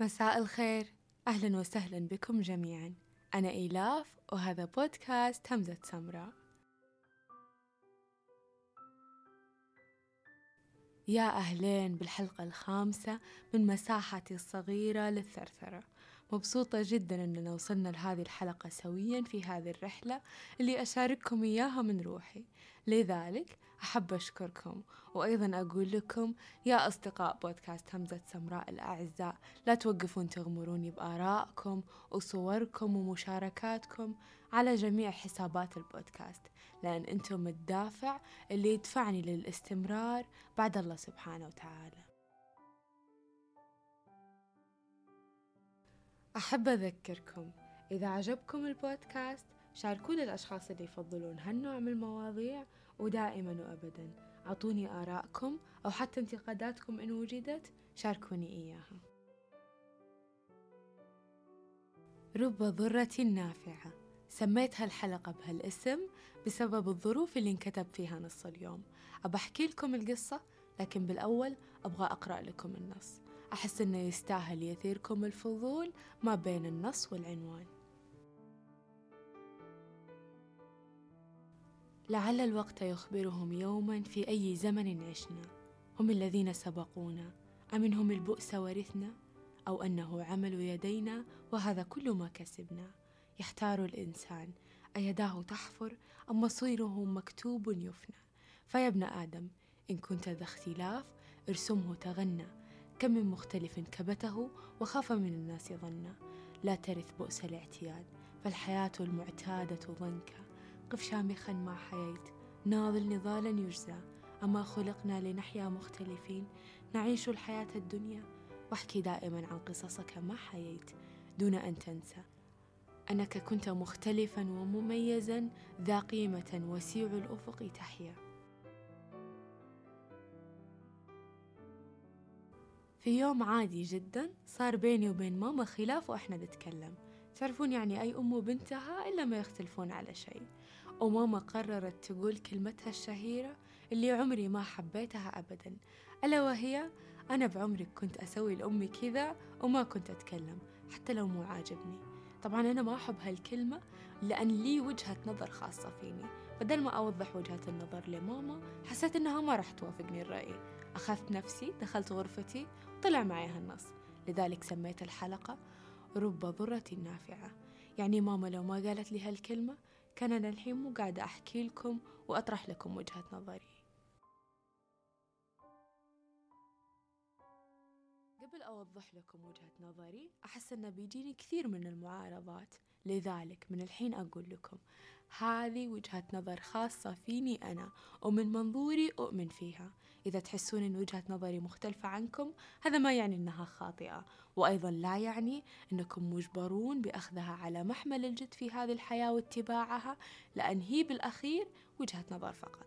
مساء الخير، أهلا وسهلا بكم جميعا. أنا إيلاف وهذا بودكاست همزة سمراء. يا أهلين بالحلقة الخامسة من مساحتي الصغيرة للثرثرة. مبسوطة جدا أننا وصلنا لهذه الحلقة سويا في هذه الرحلة اللي أشارككم إياها من روحي. لذلك أحب أشكركم، وأيضا أقول لكم يا أصدقاء بودكاست همزة سمراء الأعزاء، لا توقفون تغمروني بآرائكم وصوركم ومشاركاتكم على جميع حسابات البودكاست، لأن أنتم الدافع اللي يدفعني للاستمرار بعد الله سبحانه وتعالى. أحب أذكركم إذا عجبكم البودكاست شاركوا للأشخاص اللي يفضلون هالنوع من المواضيع، ودائما وأبدا أعطوني آراءكم أو حتى انتقاداتكم إن وجدت، شاركوني إياها. رب ضرة نافعة، سميت هالحلقة بهالاسم بسبب الظروف اللي انكتب فيها نص اليوم. أبحكي لكم القصة، لكن بالأول أبغى أقرأ لكم النص، أحس إنه يستاهل يثيركم الفضول ما بين النص والعنوان. لعل الوقت يخبرهم يوما في أي زمن عشنا، هم الذين سبقونا، أمنهم البؤس ورثنا، أو أنه عمل يدينا وهذا كل ما كسبنا. يحتار الإنسان أيداه تحفر أم مصيره مكتوب يفنى. فيا ابن آدم إن كنت ذا اختلاف ارسمه تغنى، كم من مختلف كبته وخاف من الناس ظنا. لا ترث بؤس الاعتياد فالحياة المعتادة ضنكا. قف شامخا ما حييت ناضل نضالا يجزى. أما خلقنا لنحيا مختلفين نعيش الحياة الدنيا. واحكي دائما عن قصصك ما حييت دون أن تنسى أنك كنت مختلفا ومميزا ذا قيمة وسيع الأفق تحيا. في يوم عادي جدا صار بيني وبين ماما خلاف وإحنا نتكلم. تعرفون يعني أي أم وبنتها إلا ما يختلفون على شيء. وماما قررت تقول كلمتها الشهيرة اللي عمري ما حبيتها أبدا، ألا وهي: أنا بعمري كنت أسوي لأمي كذا وما كنت أتكلم حتى لو مو عاجبني. طبعا أنا ما أحب هالكلمة لأن لي وجهة نظر خاصة فيني. بدل ما أوضح وجهة النظر لماما حسيت إنها ما راح توافقني الرأي. أخذت نفسي دخلت غرفتي طلع معي هالنص. لذلك سميت الحلقة رب ضرة نافعة. يعني ماما لو ما قالت لي هالكلمة كان أنا الحين مو قاعدة أحكي لكم وأطرح لكم وجهة نظري. قبل أوضح لكم وجهة نظري أحس أنه بيجيني كثير من المعارضات، لذلك من الحين أقول لكم هذه وجهة نظر خاصة فيني أنا ومن منظوري أؤمن فيها. إذا تحسون أن وجهة نظري مختلفة عنكم هذا ما يعني أنها خاطئة، وأيضا لا يعني أنكم مجبرون بأخذها على محمل الجد في هذه الحياة واتباعها، لأن هي بالأخير وجهة نظر فقط.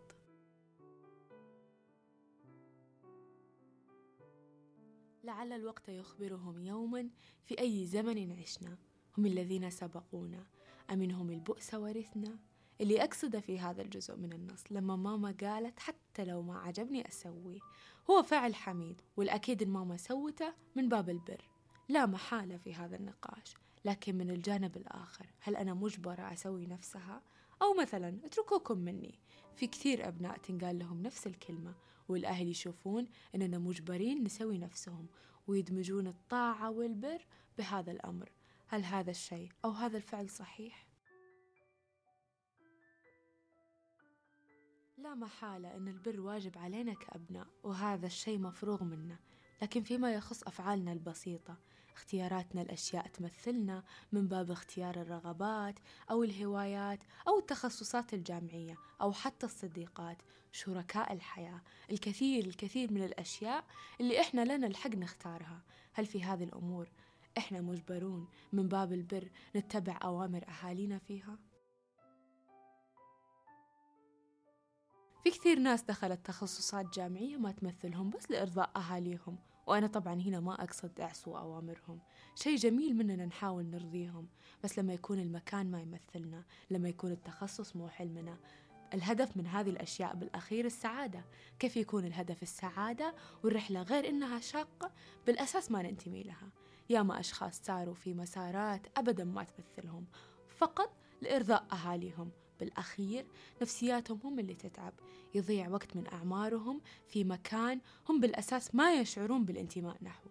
لعل الوقت يخبرهم يوما في أي زمن عشنا، هم الذين سبقونا أمنهم البؤس ورثنا. اللي أقصده في هذا الجزء من النص لما ماما قالت حتى لو ما عجبني أسوي، هو فعل حميد، والأكيد إن ماما سوته من باب البر لا محالة في هذا النقاش. لكن من الجانب الآخر هل أنا مجبرة أسوي نفسها؟ أو مثلا اتركوكم مني، في كثير أبناء تنقال لهم نفس الكلمة والأهل يشوفون أننا مجبرين نسوي نفسهم ويدمجون الطاعة والبر بهذا الأمر. هل هذا الشيء أو هذا الفعل صحيح؟ لا محالة أن البر واجب علينا كأبناء وهذا الشيء مفروغ منه، لكن فيما يخص أفعالنا البسيطة، اختياراتنا الأشياء تمثلنا من باب اختيار الرغبات أو الهوايات أو التخصصات الجامعية أو حتى الصديقات، شركاء الحياة، الكثير من الأشياء اللي إحنا لنا الحق نختارها. هل في هذه الأمور إحنا مجبرون من باب البر نتبع أوامر أهالينا فيها؟ في كثير ناس دخلت تخصصات جامعية ما تمثلهم بس لإرضاء أهاليهم، وأنا طبعا هنا ما أقصد أعصوا أوامرهم، شيء جميل مننا نحاول نرضيهم، بس لما يكون المكان ما يمثلنا، لما يكون التخصص مو حلمنا. الهدف من هذه الأشياء بالأخير السعادة. كيف يكون الهدف السعادة والرحلة غير إنها شاقة بالأساس ما ننتمي لها؟ ياما أشخاص ساروا في مسارات أبدا ما تمثلهم فقط لإرضاء أهاليهم. بالأخير نفسياتهم هم اللي تتعب، يضيع وقت من أعمارهم في مكان هم بالأساس ما يشعرون بالانتماء نحوه.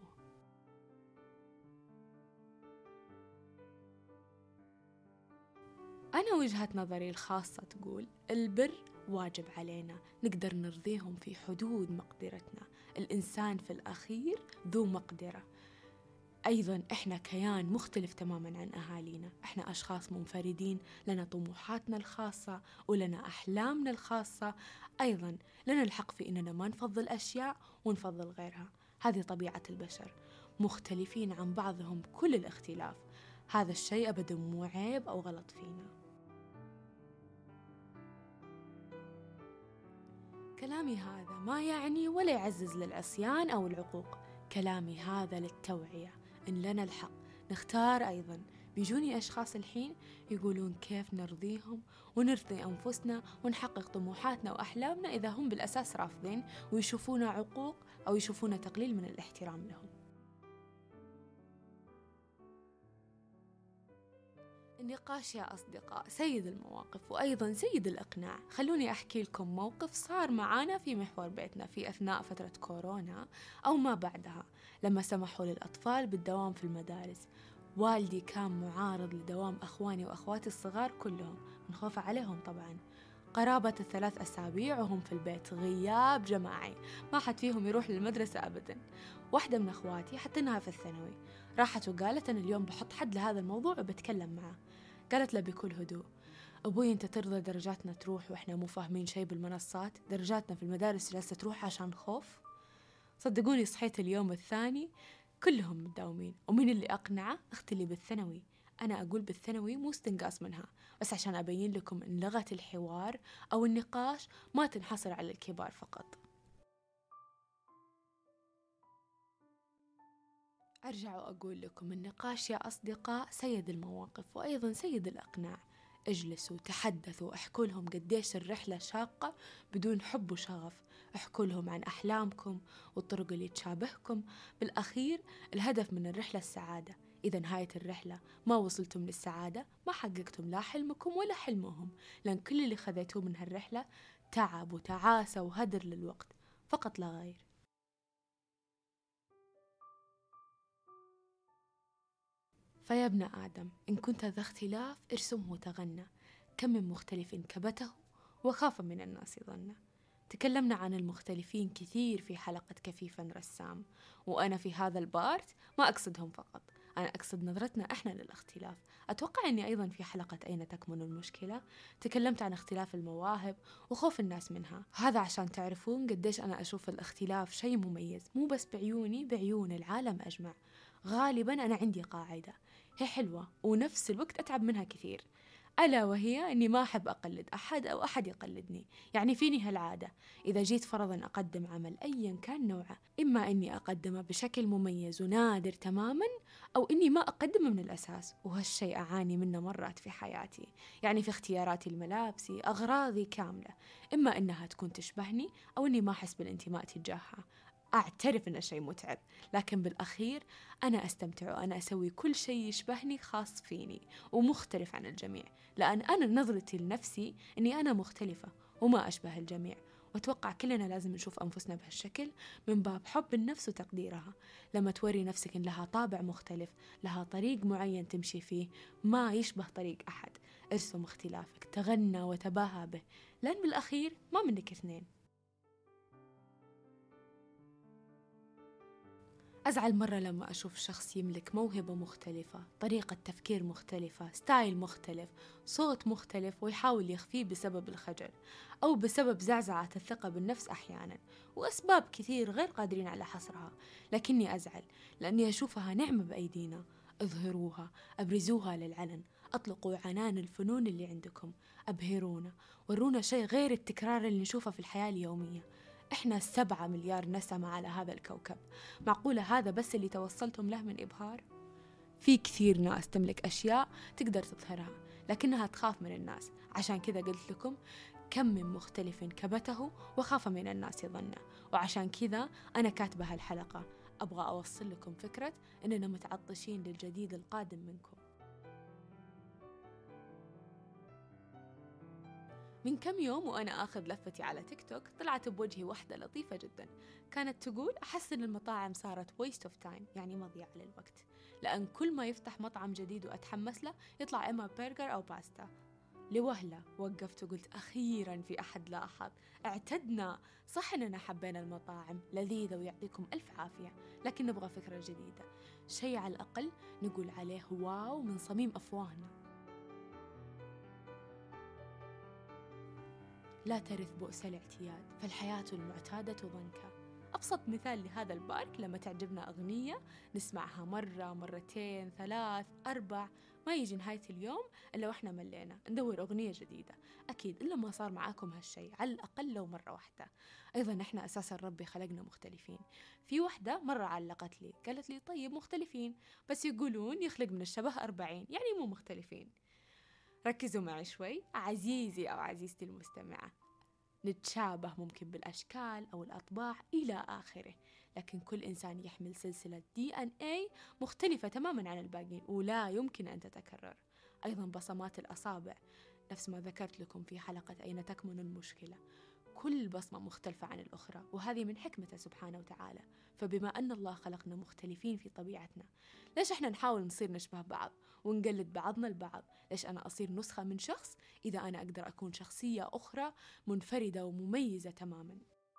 أنا وجهة نظري الخاصة تقول البر واجب علينا، نقدر نرضيهم في حدود مقدرتنا. الإنسان في الأخير ذو مقدرة. أيضا إحنا كيان مختلف تماما عن أهالينا، إحنا أشخاص منفردين، لنا طموحاتنا الخاصة ولنا أحلامنا الخاصة. أيضا لنا الحق في إننا ما نفضل أشياء ونفضل غيرها، هذه طبيعة البشر، مختلفين عن بعضهم كل الاختلاف. هذا الشيء أبدا مو عيب أو غلط فينا. كلامي هذا ما يعني ولا يعزز للعصيان أو العقوق، كلامي هذا للتوعية إن لنا الحق نختار. أيضا بيجوني أشخاص الحين يقولون كيف نرضيهم ونرضي أنفسنا ونحقق طموحاتنا وأحلامنا إذا هم بالأساس رافضين ويشوفونا عقوق أو يشوفونا تقليل من الاحترام لهم. النقاش يا أصدقاء سيد المواقف وأيضا سيد الإقناع. خلوني أحكي لكم موقف صار معانا في محور بيتنا في أثناء فترة كورونا أو ما بعدها، لما سمحوا للأطفال بالدوام في المدارس. والدي كان معارض لدوام أخواني وأخواتي الصغار كلهم من خوفه عليهم طبعا. قرابة 3 أسابيع وهم في البيت، غياب جماعي، ما حد فيهم يروح للمدرسة أبدا. واحدة من أخواتي حتى إنها في الثانوي راحت وقالت أنا اليوم بحط حد لهذا الموضوع وبتكلم معه. قالت له بكل هدوء أبوي أنت ترضى درجاتنا تروح وإحنا مو فاهمين شيء بالمنصات؟ درجاتنا في المدارس جالسة تروح عشان خوف؟ صدقوني صحيت اليوم الثاني كلهم متداومين. ومين اللي أقنعه؟ أختي اللي بالثانوي. أنا أقول بالثانوي مو استنقاص منها، بس عشان أبين لكم إن لغة الحوار أو النقاش ما تنحصر على الكبار فقط. أرجع وأقول لكم النقاش يا أصدقاء سيد المواقف وأيضا سيد الإقناع. اجلسوا تحدثوا، احكوا لهم قديش الرحلة شاقة بدون حب وشغف، احكوا لهم عن أحلامكم والطرق اللي تشابهكم. بالأخير الهدف من الرحلة السعادة. إذا نهاية الرحلة ما وصلتم للسعادة ما حققتم لا حلمكم ولا حلمهم، لأن كل اللي خذيتوه من هالرحلة تعب وتعاسة وهدر للوقت فقط لا غير. فيا ابن آدم إن كنت ذا اختلاف ارسمه تغنى، كم من مختلف كبته وخاف من الناس ظنه. تكلمنا عن المختلفين كثير في حلقة كفيفا رسام، وأنا في هذا البارت ما أقصدهم فقط، أنا أقصد نظرتنا إحنا للاختلاف. أتوقع أني أيضا في حلقة أين تكمن المشكلة تكلمت عن اختلاف المواهب وخوف الناس منها. هذا عشان تعرفون قديش أنا أشوف الاختلاف شيء مميز، مو بس بعيوني، بعيون العالم أجمع. غالبا أنا عندي قاعدة هي حلوة ونفس الوقت أتعب منها كثير، ألا وهي أني ما أحب أقلد أحد أو أحد يقلدني. يعني فيني هالعادة، إذا جيت فرضا أقدم عمل أيا كان نوعه، إما أني أقدمه بشكل مميز ونادر تماما أو أني ما أقدمه من الأساس، وهالشيء أعاني منه مرات في حياتي. يعني في اختياراتي الملابسي، أغراضي كاملة، إما أنها تكون تشبهني أو أني ما أحس بالانتماء تجاهها. أعترف أن الشيء متعب، لكن بالأخير أنا أستمتع وأنا أسوي كل شيء يشبهني خاص فيني ومختلف عن الجميع، لأن أنا نظرتي لنفسي أني أنا مختلفة وما أشبه الجميع. وأتوقع كلنا لازم نشوف أنفسنا بهالشكل من باب حب النفس وتقديرها. لما توري نفسك إن لها طابع مختلف، لها طريق معين تمشي فيه ما يشبه طريق أحد، ارسم اختلافك، تغنى وتباهى به، لأن بالأخير ما منك اثنين. أزعل مرة لما أشوف شخص يملك موهبة مختلفة، طريقة تفكير مختلفة، ستايل مختلف، صوت مختلف، ويحاول يخفيه بسبب الخجل أو بسبب زعزعة الثقة بالنفس أحيانا، وأسباب كثير غير قادرين على حصرها. لكني أزعل لأني أشوفها نعمة بأيدينا. اظهروها، أبرزوها للعلن، أطلقوا عنان الفنون اللي عندكم، أبهرونا، ورونا شيء غير التكرار اللي نشوفه في الحياة اليومية. إحنا 7 مليار نسمة على هذا الكوكب، معقولة هذا بس اللي توصلتم له من إبهار؟ في كثير ناس تملك أشياء تقدر تظهرها لكنها تخاف من الناس، عشان كذا قلت لكم كم من مختلف كبته وخاف من الناس ظنه. وعشان كذا أنا كاتبة هالحلقة أبغى أوصل لكم فكرة أننا متعطشين للجديد القادم منكم. من كم يوم وأنا آخذ لفتي على تيك توك طلعت بوجهي واحدة لطيفة جدا كانت تقول أحس أن المطاعم صارت waste of time، يعني مضيعة للوقت، لأن كل ما يفتح مطعم جديد وأتحمس له يطلع إما برجر أو باستا. لوهلة وقفت وقلت أخيرا في أحد لاحظ، اعتدنا. صح أننا حبينا المطاعم لذيذة ويعطيكم ألف عافية، لكن نبغى فكرة جديدة، شيء على الأقل نقول عليه واو من صميم أفواهنا. لا ترث بؤس الاعتياد، فالحياة المعتادة ضنكا. أبسط مثال لهذا البارك لما تعجبنا أغنية نسمعها مرة مرتين ثلاث أربع، ما يجي نهاية اليوم إلا وإحنا ملينا ندور أغنية جديدة. أكيد إلا ما صار معاكم هالشي على الأقل لو مرة واحدة. أيضا إحنا أساسا ربي خلقنا مختلفين. في وحدة مرة علقت لي قالت لي طيب مختلفين بس يقولون يخلق من الشبه 40، يعني مو مختلفين. ركزوا معي شوي عزيزي أو عزيزتي المستمعة، نتشابه ممكن بالأشكال أو الأطباع إلى آخره، لكن كل إنسان يحمل سلسلة DNA مختلفة تماما عن الباقين ولا يمكن أن تتكرر. أيضا بصمات الأصابع نفس ما ذكرت لكم في حلقة أين تكمن المشكلة، كل بصمة مختلفة عن الأخرى، وهذه من حكمته سبحانه وتعالى. فبما أن الله خلقنا مختلفين في طبيعتنا، ليش إحنا نحاول نصير نشبه بعض ونقلد بعضنا البعض؟ ليش أنا أصير نسخة من شخص إذا أنا أقدر أكون شخصية أخرى منفردة ومميزة تماما؟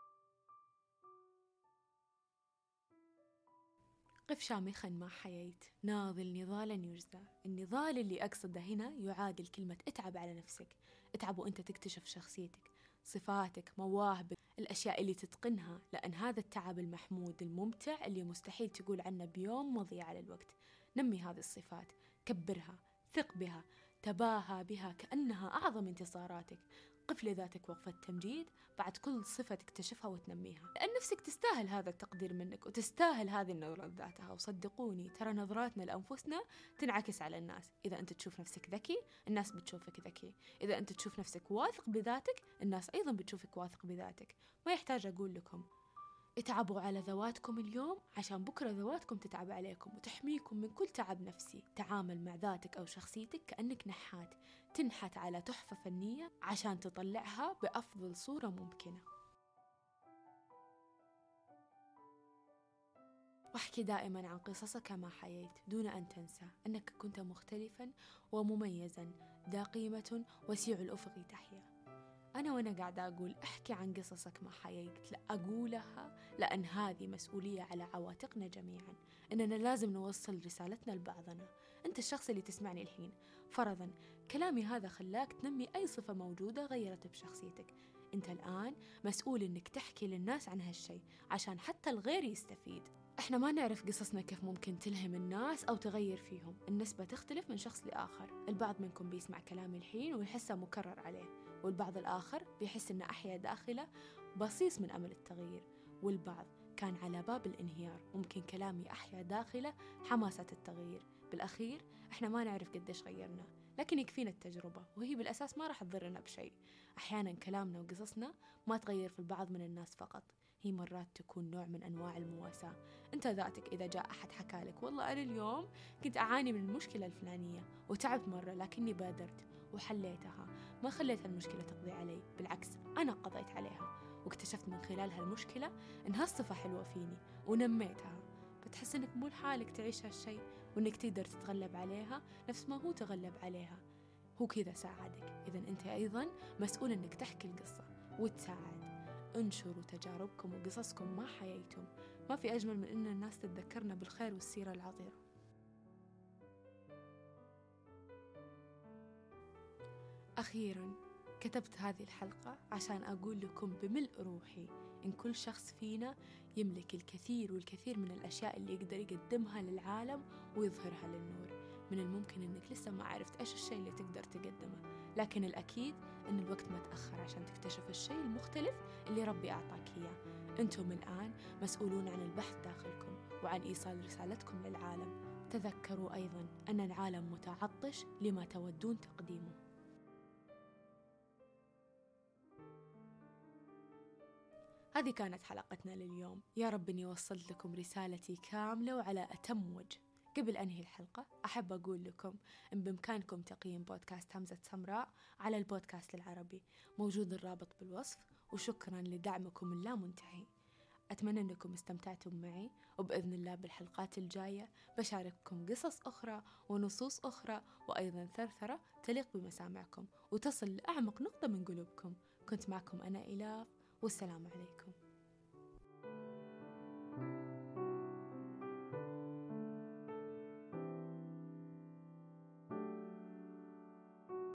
قف شامخا ما حييت، ناضل نضالا يجزى. النضال اللي أقصده هنا يعادل كلمة اتعب على نفسك. اتعب وانت تكتشف شخصيتك، صفاتك، مواهبك، الأشياء اللي تتقنها، لأن هذا التعب المحمود الممتع اللي مستحيل تقول عنه بيوم مضيعة للوقت. نمي هذه الصفات، كبرها، ثق بها، تباهى بها كأنها أعظم انتصاراتك. قف لذاتك وقفة تمجيد بعد كل صفة تكتشفها وتنميها، لأن نفسك تستاهل هذا التقدير منك وتستاهل هذه النظرة ذاتها. وصدقوني ترى نظراتنا لأنفسنا تنعكس على الناس. إذا أنت تشوف نفسك ذكي الناس بتشوفك ذكي، إذا أنت تشوف نفسك واثق بذاتك الناس أيضا بتشوفك واثق بذاتك. ما يحتاج أقول لكم اتعبوا على ذواتكم اليوم عشان بكرة ذواتكم تتعب عليكم وتحميكم من كل تعب نفسي. تعامل مع ذاتك أو شخصيتك كأنك نحات تنحت على تحفة فنية عشان تطلعها بأفضل صورة ممكنة. واحكي دائما عن قصصك ما حييت دون أن تنسى أنك كنت مختلفا ومميزا ذا قيمة وسيع الأفق تحيا. أنا وأنا قاعدة أقول احكي عن قصصك ما حييت، لا أقولها لأن هذه مسؤولية على عواتقنا جميعا، إننا لازم نوصل رسالتنا لبعضنا. أنت الشخص اللي تسمعني الحين، فرضا كلامي هذا خلاك تنمي أي صفة موجودة غيرت بشخصيتك، أنت الآن مسؤول إنك تحكي للناس عن هالشي عشان حتى الغير يستفيد. احنا ما نعرف قصصنا كيف ممكن تلهم الناس أو تغير فيهم، النسبة تختلف من شخص لآخر. البعض منكم بيسمع كلامي الحين ويحسه مكرر عليه، والبعض الآخر بيحس إن أحيا داخله بصيص من أمل التغيير، والبعض كان على باب الانهيار. ممكن كلامي أحيا داخله حماسة التغيير. بالأخير احنا ما نعرف قديش غيرنا، لكن يكفينا التجربة وهي بالأساس ما راح تضرنا بشيء. أحيانا كلامنا وقصصنا ما تغير في البعض من الناس فقط، هي مرات تكون نوع من أنواع المواساة. أنت ذاتك إذا جاء أحد حكى لك والله أنا اليوم كنت أعاني من المشكلة الفلانية وتعبت مرة لكني بادرت وحليتها، ما خليت المشكلة تقضي علي، بالعكس أنا قضيت عليها واكتشفت من خلال هالمشكلة إن هالصفة حلوة فيني ونميتها، بتحس إنك مو لحالك تعيش هالشي وإنك تقدر تتغلب عليها نفس ما هو تغلب عليها. هو كذا ساعدك. إذا أنت أيضا مسؤول إنك تحكي القصة وتساعد. انشروا تجاربكم وقصصكم ما حييتم، ما في أجمل من إن الناس تتذكرنا بالخير والسيرة العطيرة. أخيراً كتبت هذه الحلقة عشان أقول لكم بملء روحي إن كل شخص فينا يملك الكثير والكثير من الأشياء اللي يقدر يقدمها للعالم ويظهرها للنور. من الممكن إنك لسه ما عرفت إيش الشيء اللي تقدر تقدمه، لكن الأكيد إن الوقت ما تأخر عشان تكتشف الشيء المختلف اللي ربي أعطاك إياه. أنتم الآن مسؤولون عن البحث داخلكم وعن إيصال رسالتكم للعالم. تذكروا أيضا أن العالم متعطش لما تودون تقديمه. هذه كانت حلقتنا لليوم. يا رب إني وصلت لكم رسالتي كاملة وعلى أتم وجه. قبل أنهي الحلقة أحب أقول لكم إن بإمكانكم تقييم بودكاست همزة سمراء على البودكاست العربي، موجود الرابط بالوصف. وشكرا لدعمكم اللامنتهي. أتمنى أنكم استمتعتم معي، وبإذن الله بالحلقات الجاية بشارككم قصص أخرى ونصوص أخرى، وأيضا ثرثرة تليق بمسامعكم وتصل لأعمق نقطة من قلوبكم. كنت معكم أنا إلاف، والسلام عليكم.